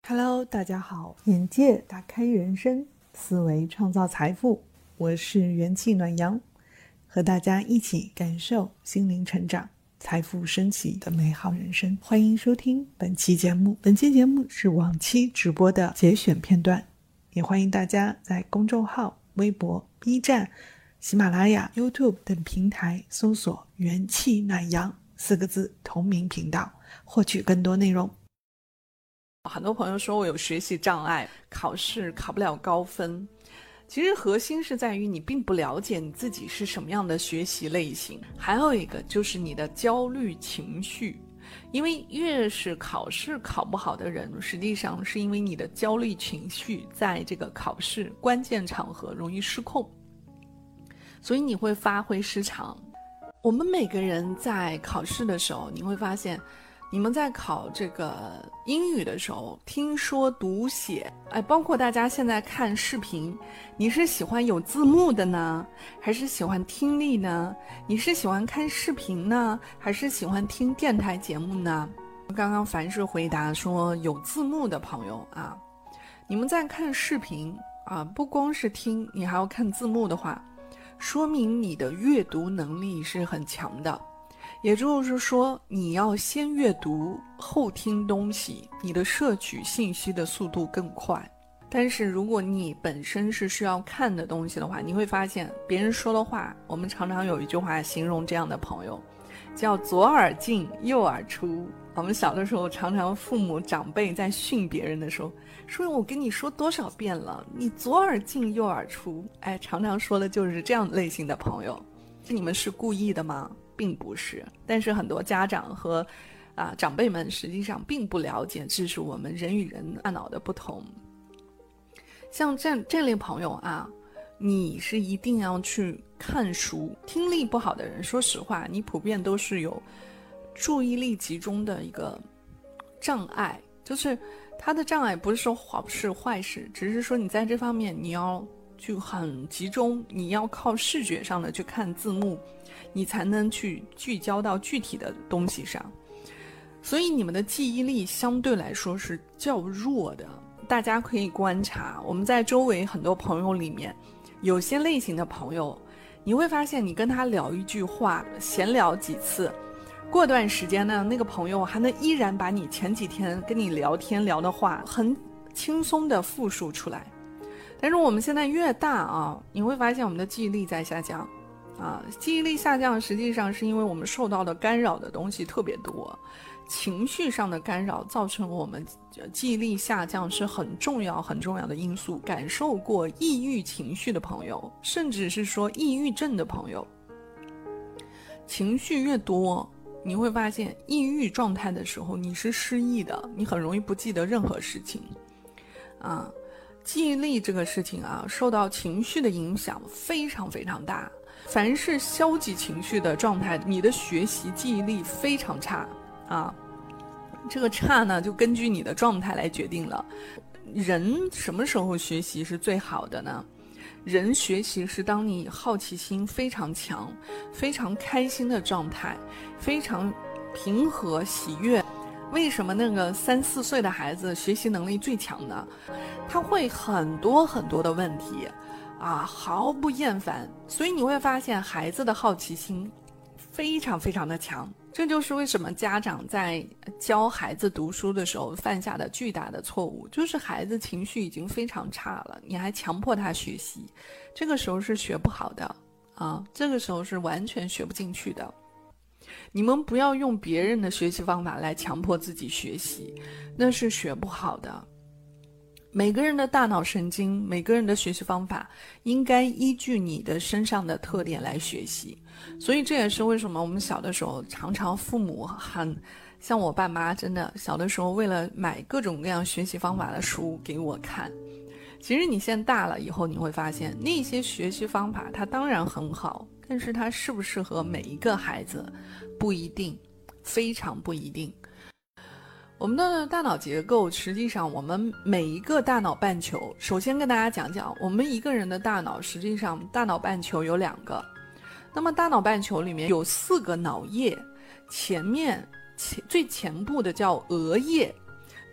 Hello， 大家好，眼界打开人生，思维创造财富，我是元气暖阳，和大家一起感受心灵成长、财富升级的美好人生。欢迎收听本期节目，本期节目是往期直播的节选片段，也欢迎大家在公众号、微博、B 站、喜马拉雅、YouTube 等平台搜索元气暖阳4个字同名频道，获取更多内容。 很多朋友说我有学习障碍，考试考不了高分。其实核心是在于你并不了解你自己是什么样的学习类型。还有一个就是你的焦虑情绪，因为越是考试考不好的人，实际上是因为你的焦虑情绪在这个考试关键场合容易失控，所以你会发挥失常。我们每个人在考试的时候，你会发现你们在考这个英语的时候，听说读写，包括大家现在看视频，你是喜欢有字幕的呢，还是喜欢听力呢？你是喜欢看视频呢，还是喜欢听电台节目呢？刚刚凡是回答说有字幕的朋友啊，你们在看视频啊，不光是听，你还要看字幕的话，说明你的阅读能力是很强的。也就是说，你要先阅读后听东西，你的摄取信息的速度更快。但是如果你本身是需要看的东西的话，你会发现别人说的话，我们常常有一句话形容这样的朋友，叫左耳进右耳出。我们小的时候常常父母长辈在训别人的时候说，我跟你说多少遍了，你左耳进右耳出。常常说的就是这样类型的朋友。你们是故意的吗？并不是，但是很多家长和长辈们实际上并不了解，这是我们人与人大脑的不同。像这类朋友啊，你是一定要去看书。听力不好的人，说实话，你普遍都是有注意力集中的一个障碍，就是他的障碍不是说好事坏事，只是说你在这方面你要去很集中，你要靠视觉上的去看字幕，你才能去聚焦到具体的东西上。所以你们的记忆力相对来说是较弱的。大家可以观察，我们在周围很多朋友里面，有些类型的朋友，你会发现你跟他聊一句话，闲聊几次，过段时间呢，那个朋友还能依然把你前几天跟你聊天聊的话很轻松的复述出来。但是我们现在越大啊，你会发现我们的记忆力在下降啊，记忆力下降实际上是因为我们受到的干扰的东西特别多，情绪上的干扰造成我们记忆力下降是很重要的因素。感受过抑郁情绪的朋友，甚至是说抑郁症的朋友，情绪越多，你会发现抑郁状态的时候你是失忆的，你很容易不记得任何事情啊。记忆力这个事情啊，受到情绪的影响非常非常大。凡是消极情绪的状态，你的学习记忆力非常差啊。这个差呢，就根据你的状态来决定了。人什么时候学习是最好的呢？人学习是当你好奇心非常强、非常开心的状态，非常平和喜悦。为什么那个3、4岁的孩子学习能力最强呢？他会很多很多的问题啊，毫不厌烦。所以你会发现孩子的好奇心非常非常的强。这就是为什么家长在教孩子读书的时候犯下的巨大的错误，就是孩子情绪已经非常差了，你还强迫他学习，这个时候是学不好的啊，这个时候是完全学不进去的。你们不要用别人的学习方法来强迫自己学习，那是学不好的。每个人的大脑神经，每个人的学习方法应该依据你的身上的特点来学习。所以这也是为什么我们小的时候常常父母像我爸妈真的小的时候为了买各种各样学习方法的书给我看。其实你现在大了以后，你会发现那些学习方法它当然很好，但是它适不适合每一个孩子不一定，非常不一定。我们的大脑结构，实际上我们每一个大脑半球，首先跟大家讲讲，我们一个人的大脑实际上大脑半球有2个，那么大脑半球里面有4个脑叶，最前部的叫额叶，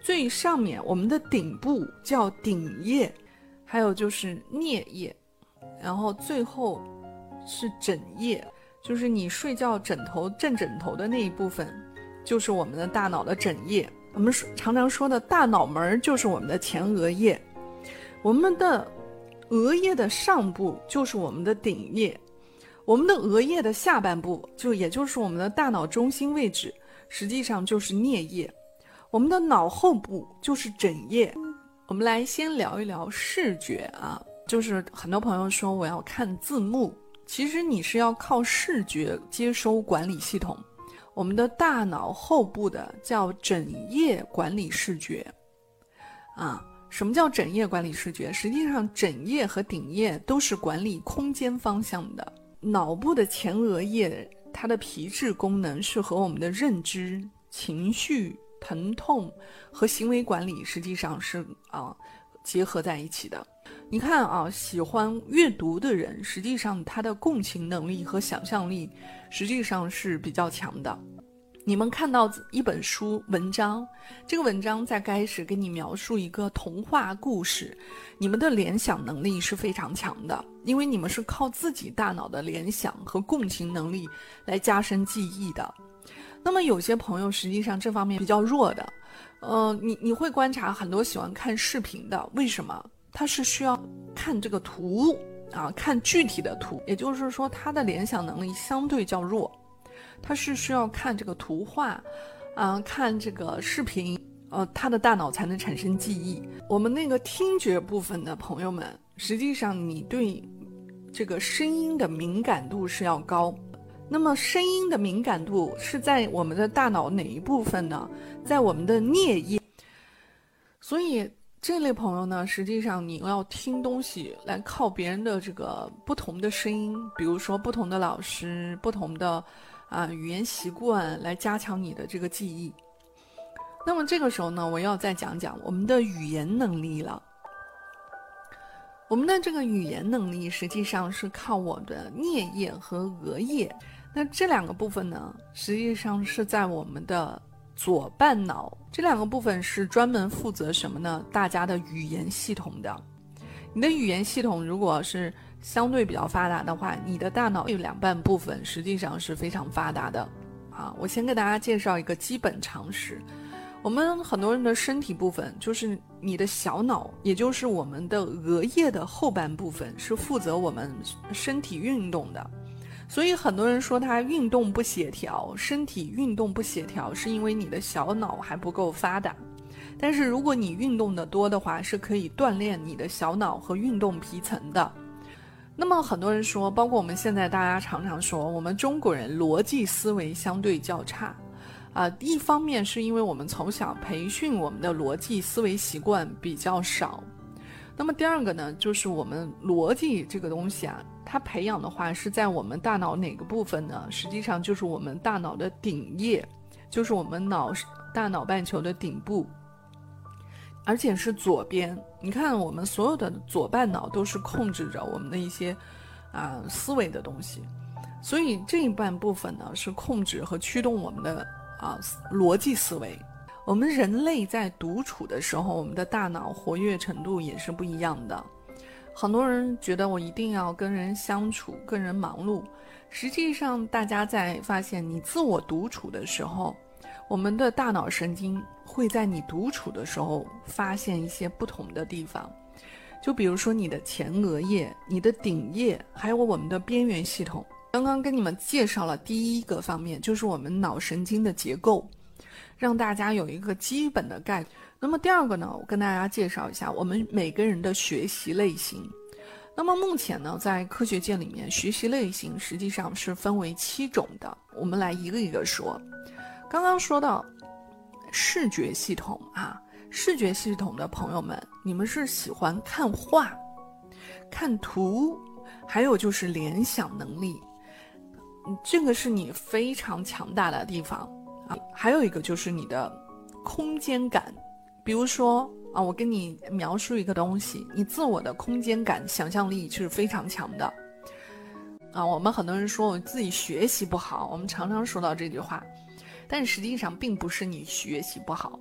最上面我们的顶部叫顶叶，还有就是颞叶，然后最后是枕叶，就是你睡觉枕头正枕头的那一部分，就是我们的大脑的枕叶。我们常常说的大脑门就是我们的前额叶，我们的额叶的上部就是我们的顶叶，我们的额叶的下半部也就是我们的大脑中心位置，实际上就是颞叶，我们的脑后部就是枕叶。我们来先聊一聊视觉啊，就是很多朋友说我要看字幕，其实你是要靠视觉接收管理系统。我们的大脑后部的叫枕叶管理视觉啊。什么叫枕叶管理视觉？实际上枕叶和顶叶都是管理空间方向的。脑部的前额叶，它的皮质功能是和我们的认知、情绪、疼痛和行为管理实际上是结合在一起的。你看啊，喜欢阅读的人，实际上他的共情能力和想象力实际上是比较强的。你们看到一本书文章，这个文章在开始给你描述一个童话故事，你们的联想能力是非常强的，因为你们是靠自己大脑的联想和共情能力来加深记忆的。那么有些朋友实际上这方面比较弱的，你会观察很多喜欢看视频的，为什么？他是需要看这个图啊，看具体的图，也就是说他的联想能力相对较弱，他是需要看这个图画看这个视频，他的大脑才能产生记忆。我们那个听觉部分的朋友们，实际上你对这个声音的敏感度是要高。那么声音的敏感度是在我们的大脑哪一部分呢？在我们的颞叶。所以这类朋友呢，实际上你要听东西来靠别人的这个不同的声音，比如说不同的老师、不同的语言习惯来加强你的这个记忆。那么这个时候呢，我要再讲讲我们的语言能力了。我们的这个语言能力实际上是靠我的颞叶和额叶。那这两个部分呢，实际上是在我们的左半脑，这两个部分是专门负责什么呢？大家的语言系统的。你的语言系统如果是相对比较发达的话，你的大脑有两半部分实际上是非常发达的我先给大家介绍一个基本常识。我们很多人的身体部分，就是你的小脑，也就是我们的额叶的后半部分，是负责我们身体运动的。所以很多人说他运动不协调，身体运动不协调，是因为你的小脑还不够发达。但是如果你运动的多的话，是可以锻炼你的小脑和运动皮层的。那么很多人说，包括我们现在大家常常说，我们中国人逻辑思维相对较差一方面是因为我们从小培训我们的逻辑思维习惯比较少。那么第二个呢，就是我们逻辑这个东西它培养的话是在我们大脑哪个部分呢？实际上就是我们大脑的顶叶，就是我们大脑半球的顶部，而且是左边。你看我们所有的左半脑都是控制着我们的一些思维的东西，所以这一半部分呢是控制和驱动我们的逻辑思维。我们人类在独处的时候，我们的大脑活跃程度也是不一样的。很多人觉得我一定要跟人相处，跟人忙碌，实际上大家在发现你自我独处的时候，我们的大脑神经会在你独处的时候发现一些不同的地方。就比如说你的前额叶、你的顶叶，还有我们的边缘系统。刚刚跟你们介绍了第一个方面，就是我们脑神经的结构，让大家有一个基本的概念。那么第二个呢，我跟大家介绍一下我们每个人的学习类型。那么目前呢，在科学界里面，学习类型实际上是分为7种的，我们来一个一个说。刚刚说到视觉系统视觉系统的朋友们，你们是喜欢看画、看图，还有就是联想能力，这个是你非常强大的地方还有一个就是你的空间感，比如说我跟你描述一个东西，你自我的空间感、想象力是非常强的我们很多人说我自己学习不好，我们常常说到这句话，但实际上并不是你学习不好，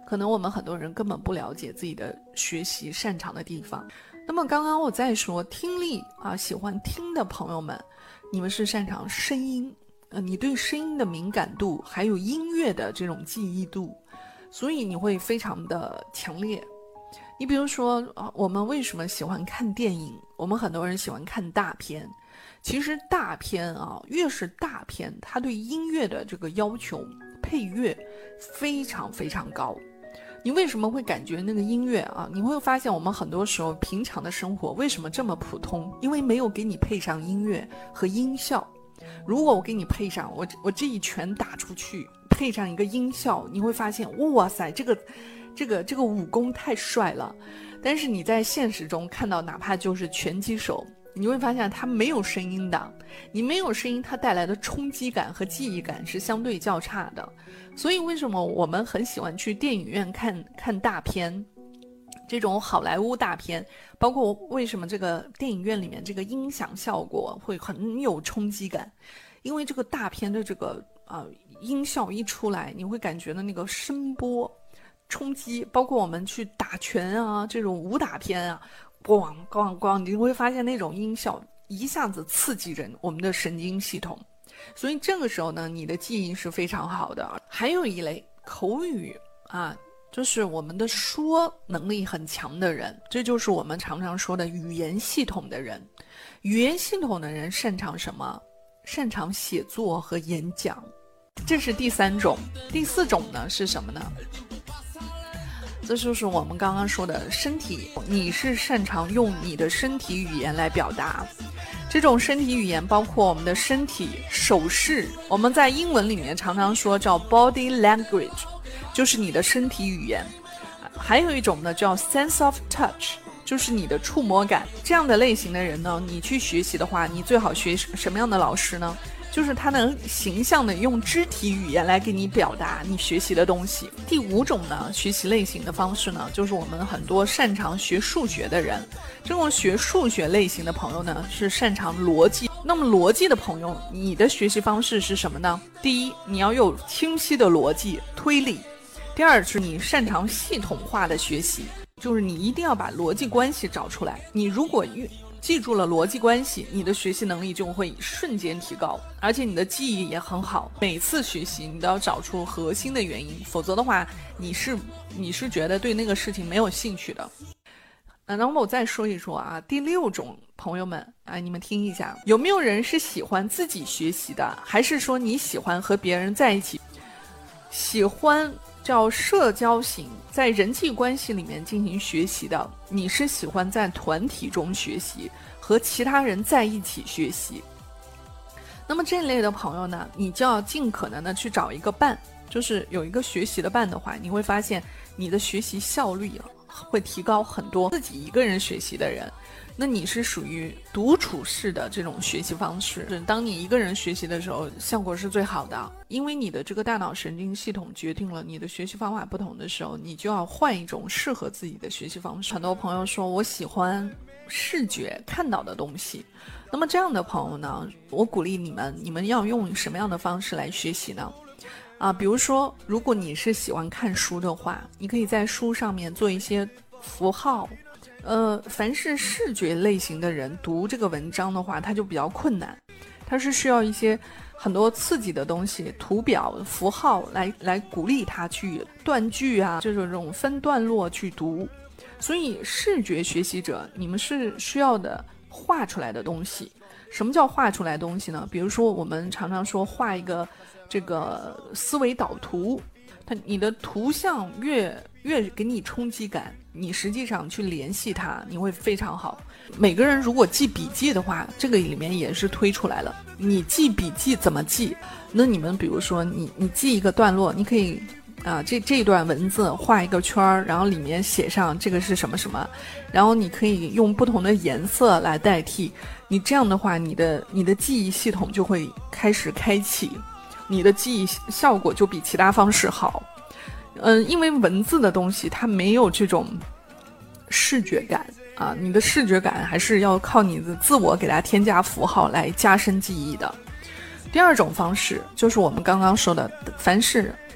可能我们很多人根本不了解自己的学习擅长的地方。那么刚刚我在说听力啊，喜欢听的朋友们，你们是擅长声音，你对声音的敏感度，还有音乐的这种记忆度，所以你会非常的强烈。你比如说我们为什么喜欢看电影？我们很多人喜欢看大片。其实大片啊，越是大片，它对音乐的这个要求，配乐非常非常高。你为什么会感觉那个音乐啊？你会发现我们很多时候平常的生活为什么这么普通？因为没有给你配上音乐和音效。如果我给你配上，我这一拳打出去，配上一个音效，你会发现，哇塞，这个武功太帅了。但是你在现实中看到，哪怕就是拳击手，你会发现它没有声音的。你没有声音，它带来的冲击感和记忆感是相对较差的。所以为什么我们很喜欢去电影院看大片，这种好莱坞大片，包括为什么这个电影院里面这个音响效果会很有冲击感？因为这个大片的这个音效一出来，你会感觉的那个声波冲击，包括我们去打拳啊，这种武打片啊，咣咣咣，你会发现那种音效一下子刺激着我们的神经系统，所以这个时候呢，你的记忆是非常好的。还有一类口语啊，就是我们的说能力很强的人，这就是我们常常说的语言系统的人。语言系统的人擅长什么？擅长写作和演讲，这是第三种。第四种呢是什么呢？这就是我们刚刚说的身体，你是擅长用你的身体语言来表达。这种身体语言包括我们的身体手势，我们在英文里面常常说叫 body language， 就是你的身体语言。还有一种呢叫 sense of touch， 就是你的触摸感。这样的类型的人呢，你去学习的话，你最好学什么样的老师呢？就是他能形象的用肢体语言来给你表达你学习的东西。第五种呢，学习类型的方式呢，就是我们很多擅长学数学的人。这种学数学类型的朋友呢，是擅长逻辑。那么逻辑的朋友，你的学习方式是什么呢？第一，你要有清晰的逻辑推理。第二是你擅长系统化的学习，就是你一定要把逻辑关系找出来。你如果记住了逻辑关系，你的学习能力就会瞬间提高，而且你的记忆也很好。每次学习你都要找出核心的原因，否则的话你是觉得对那个事情没有兴趣的。那么我再说一说啊，第六种朋友们啊，你们听一下，有没有人是喜欢自己学习的，还是说你喜欢和别人在一起？喜欢叫社交型，在人际关系里面进行学习的，你是喜欢在团体中学习，和其他人在一起学习。那么这类的朋友呢，你就要尽可能的去找一个伴，就是有一个学习的伴的话，你会发现你的学习效率会提高很多。自己一个人学习的人，那你是属于独处式的这种学习方式。当你一个人学习的时候，效果是最好的，因为你的这个大脑神经系统决定了你的学习方法不同的时候，你就要换一种适合自己的学习方式。很多朋友说我喜欢视觉看到的东西，那么这样的朋友呢，我鼓励你们要用什么样的方式来学习呢？比如说如果你是喜欢看书的话，你可以在书上面做一些符号。凡是视觉类型的人读这个文章的话，它就比较困难，它是需要一些很多刺激的东西，图表符号来鼓励他去断句啊，这种分段落去读。所以视觉学习者，你们是需要的画出来的东西。什么叫画出来的东西呢？比如说我们常常说画一个这个思维导图，你的图像越给你冲击感，你实际上去联系它，你会非常好。每个人如果记笔记的话，这个里面也是推出来了。你记笔记怎么记？那你们比如说你记一个段落，你可以这一段文字画一个圈，然后里面写上这个是什么什么，然后你可以用不同的颜色来代替。你这样的话，你的记忆系统就会开始开启，你的记忆效果就比其他方式好。因为文字的东西它没有这种视觉感啊，你的视觉感还是要靠你的自我给它添加符号来加深记忆的。第二种方式就是我们刚刚说的，凡是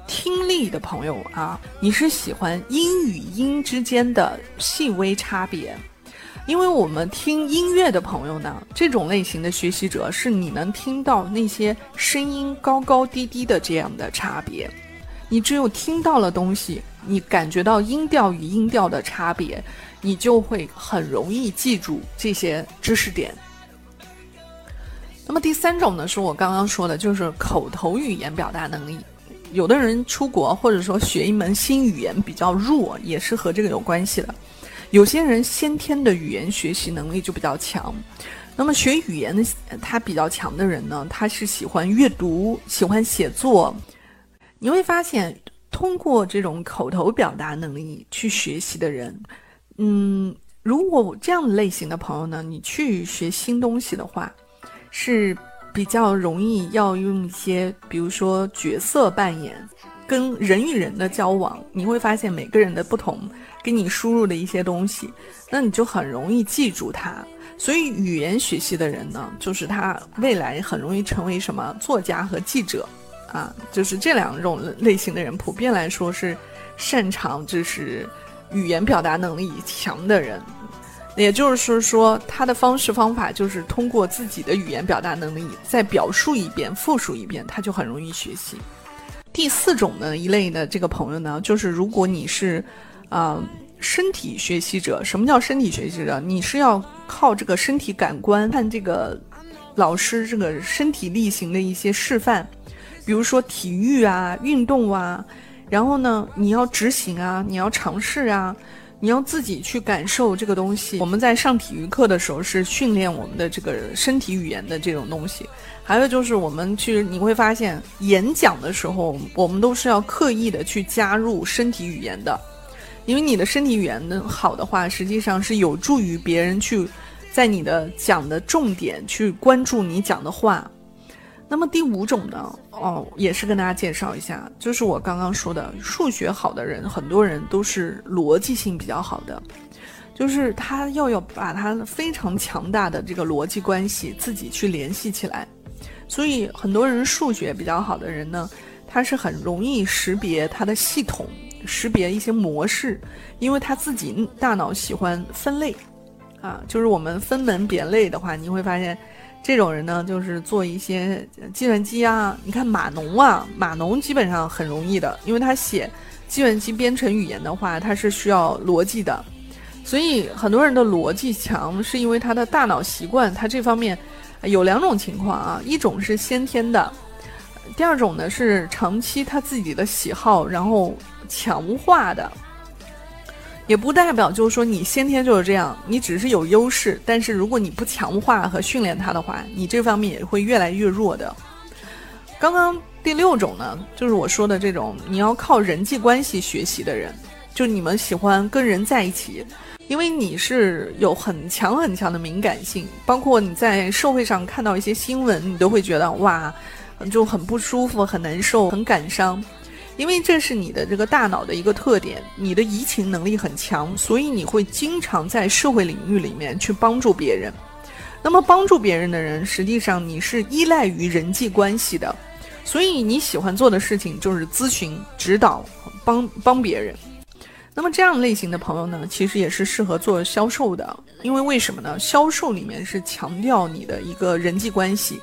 听力的朋友啊，你是喜欢音与音之间的细微差别。因为我们听音乐的朋友呢，这种类型的学习者是你能听到那些声音高高低低的这样的差别。你只有听到了东西，你感觉到音调与音调的差别，你就会很容易记住这些知识点。那么第三种呢，是我刚刚说的，就是口头语言表达能力。有的人出国或者说学一门新语言比较弱，也是和这个有关系的。有些人先天的语言学习能力就比较强，那么学语言的他比较强的人呢，他是喜欢阅读，喜欢写作。你会发现通过这种口头表达能力去学习的人，如果这样类型的朋友呢，你去学新东西的话，是比较容易要用一些比如说角色扮演，跟人与人的交往，你会发现每个人的不同，给你输入的一些东西，那你就很容易记住它。所以语言学习的人呢，就是他未来很容易成为什么作家和记者啊，就是这两种类型的人普遍来说是擅长就是语言表达能力强的人。也就是说他的方法就是通过自己的语言表达能力再表述一遍复述一遍，他就很容易学习。第四种呢一类的这个朋友呢，就是如果你是身体学习者。什么叫身体学习者？你是要靠这个身体感官，看这个老师这个身体力行的一些示范，比如说体育啊、运动啊，然后呢你要执行啊，你要尝试啊，你要自己去感受这个东西。我们在上体育课的时候是训练我们的这个身体语言的这种东西。还有就是我们你会发现演讲的时候，我们都是要刻意的去加入身体语言的，因为你的身体语言好的话，实际上是有助于别人去在你的讲的重点去关注你讲的话。那么第五种呢，也是跟大家介绍一下，就是我刚刚说的，数学好的人，很多人都是逻辑性比较好的，就是他要把他非常强大的这个逻辑关系自己去联系起来。所以很多人数学比较好的人呢，他是很容易识别他的系统，识别一些模式，因为他自己大脑喜欢分类啊，就是我们分门别类的话，你会发现这种人呢，就是做一些计算机啊，你看码农基本上很容易的，因为他写计算机编程语言的话，他是需要逻辑的，所以很多人的逻辑强，是因为他的大脑习惯，他这方面有两种情况啊，一种是先天的，第二种呢是长期他自己的喜好然后强化的。也不代表就是说你先天就是这样，你只是有优势，但是如果你不强化和训练它的话，你这方面也会越来越弱的。刚刚第六种呢，就是我说的这种你要靠人际关系学习的人，就你们喜欢跟人在一起，因为你是有很强的敏感性，包括你在社会上看到一些新闻，你都会觉得哇，就很不舒服，很难受，很感伤。因为这是你的这个大脑的一个特点，你的移情能力很强，所以你会经常在社会领域里面去帮助别人。那么帮助别人的人，实际上你是依赖于人际关系的，所以你喜欢做的事情就是咨询、指导、帮别人。那么这样类型的朋友呢，其实也是适合做销售的，因为为什么呢？销售里面是强调你的一个人际关系。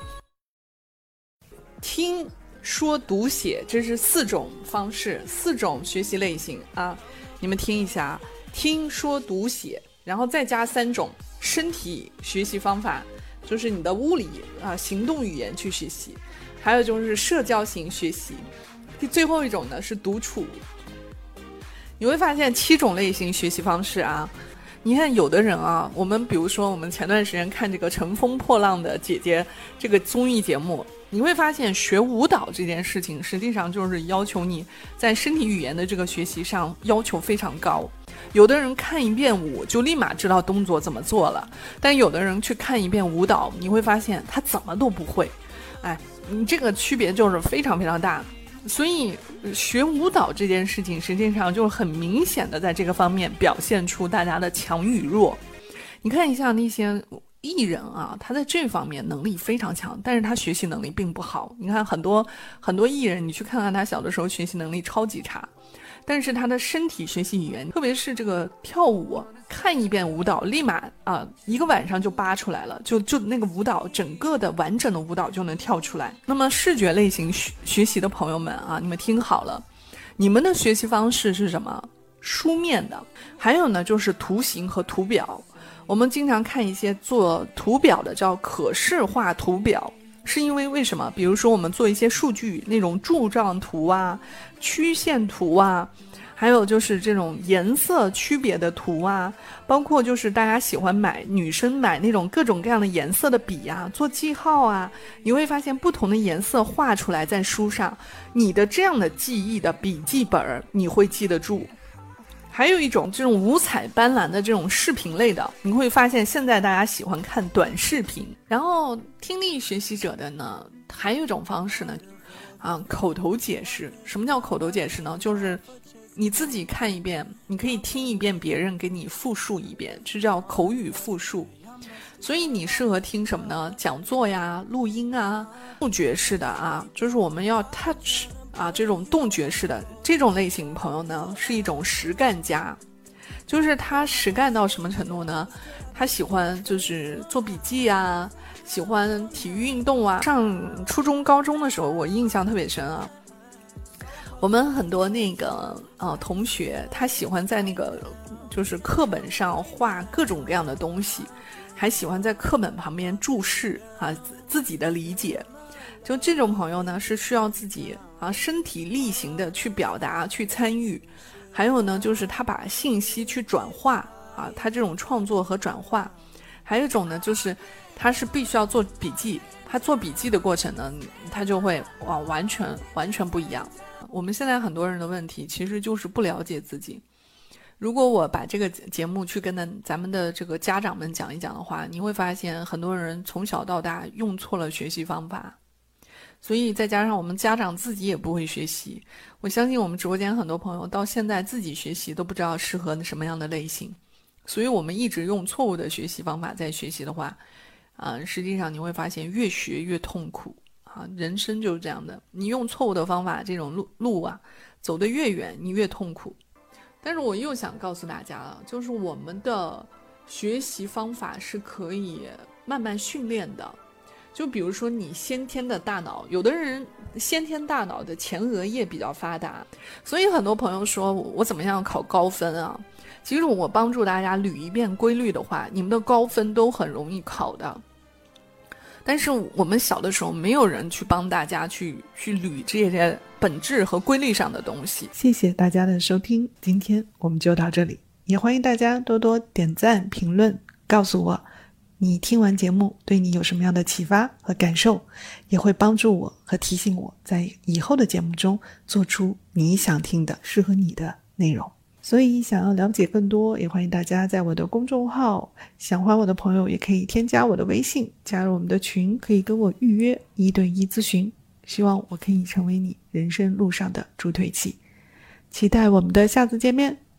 听说读写，这是四种方式，4种学习类型啊，你们听一下，听说读写，然后再加3种身体学习方法，就是你的物理行动语言去学习，还有就是社交型学习，最后一种呢是独处。你会发现7种类型学习方式啊。你看有的人啊，我们比如说我们前段时间看这个乘风破浪的姐姐这个综艺节目，你会发现学舞蹈这件事情实际上就是要求你在身体语言的这个学习上要求非常高。有的人看一遍舞就立马知道动作怎么做了，但有的人去看一遍舞蹈，你会发现他怎么都不会。你这个区别就是非常大。所以学舞蹈这件事情实际上就是很明显的在这个方面表现出大家的强与弱。你看一下那些艺人啊，他在这方面能力非常强，但是他学习能力并不好。你看很多艺人，你去看看他小的时候学习能力超级差，但是他的身体学习语言，特别是这个跳舞，看一遍舞蹈立马一个晚上就扒出来了，就那个舞蹈整个的完整的舞蹈就能跳出来。那么视觉类型学习的朋友们啊，你们听好了，你们的学习方式是什么？书面的。还有呢就是图形和图表，我们经常看一些做图表的叫可视化图表，是因为为什么？比如说我们做一些数据那种柱状图啊、曲线图啊，还有就是这种颜色区别的图啊，包括就是大家喜欢女生买那种各种各样的颜色的笔啊，做记号啊，你会发现不同的颜色画出来在书上，你的这样的记忆的笔记本你会记得住。还有一种这种五彩斑斓的这种视频类的，你会发现现在大家喜欢看短视频。然后听力学习者的呢，还有一种方式呢，口头解释。什么叫口头解释呢？就是你自己看一遍，你可以听一遍别人给你复述一遍，这叫口语复述。所以你适合听什么呢？讲座呀、录音啊、动觉式的啊，就是我们要 touch这种动觉式的这种类型朋友呢，是一种实干家。就是他实干到什么程度呢？他喜欢就是做笔记啊，喜欢体育运动啊。上初中高中的时候我印象特别深啊，我们很多那个同学，他喜欢在那个就是课本上画各种各样的东西，还喜欢在课本旁边注释自己的理解。就这种朋友呢，是需要自己身体力行的去表达、去参与。还有呢，就是他把信息去转化他这种创作和转化。还有一种呢，就是他是必须要做笔记，他做笔记的过程呢，他就会完全不一样。我们现在很多人的问题其实就是不了解自己。如果我把这个节目去跟咱们的这个家长们讲一讲的话，你会发现很多人从小到大用错了学习方法，所以再加上我们家长自己也不会学习。我相信我们直播间很多朋友到现在自己学习都不知道适合什么样的类型，所以我们一直用错误的学习方法在学习的话实际上你会发现越学越痛苦人生就是这样的，你用错误的方法，这种路走得越远你越痛苦。但是我又想告诉大家了，就是我们的学习方法是可以慢慢训练的。就比如说你先天的大脑，有的人先天大脑的前额叶比较发达，所以很多朋友说我怎么样考高分啊？其实我帮助大家捋一遍规律的话，你们的高分都很容易考的。但是我们小的时候没有人去帮大家去捋这些本质和规律上的东西。 谢谢大家的收听，今天我们就到这里，也欢迎大家多多点赞评论，告诉我你听完节目对你有什么样的启发和感受，也会帮助我和提醒我在以后的节目中做出你想听的适合你的内容。所以想要了解更多，也欢迎大家在我的公众号，想欢我的朋友也可以添加我的微信，加入我们的群，可以跟我预约1对1咨询。希望我可以成为你人生路上的助推器，期待我们的下次见面。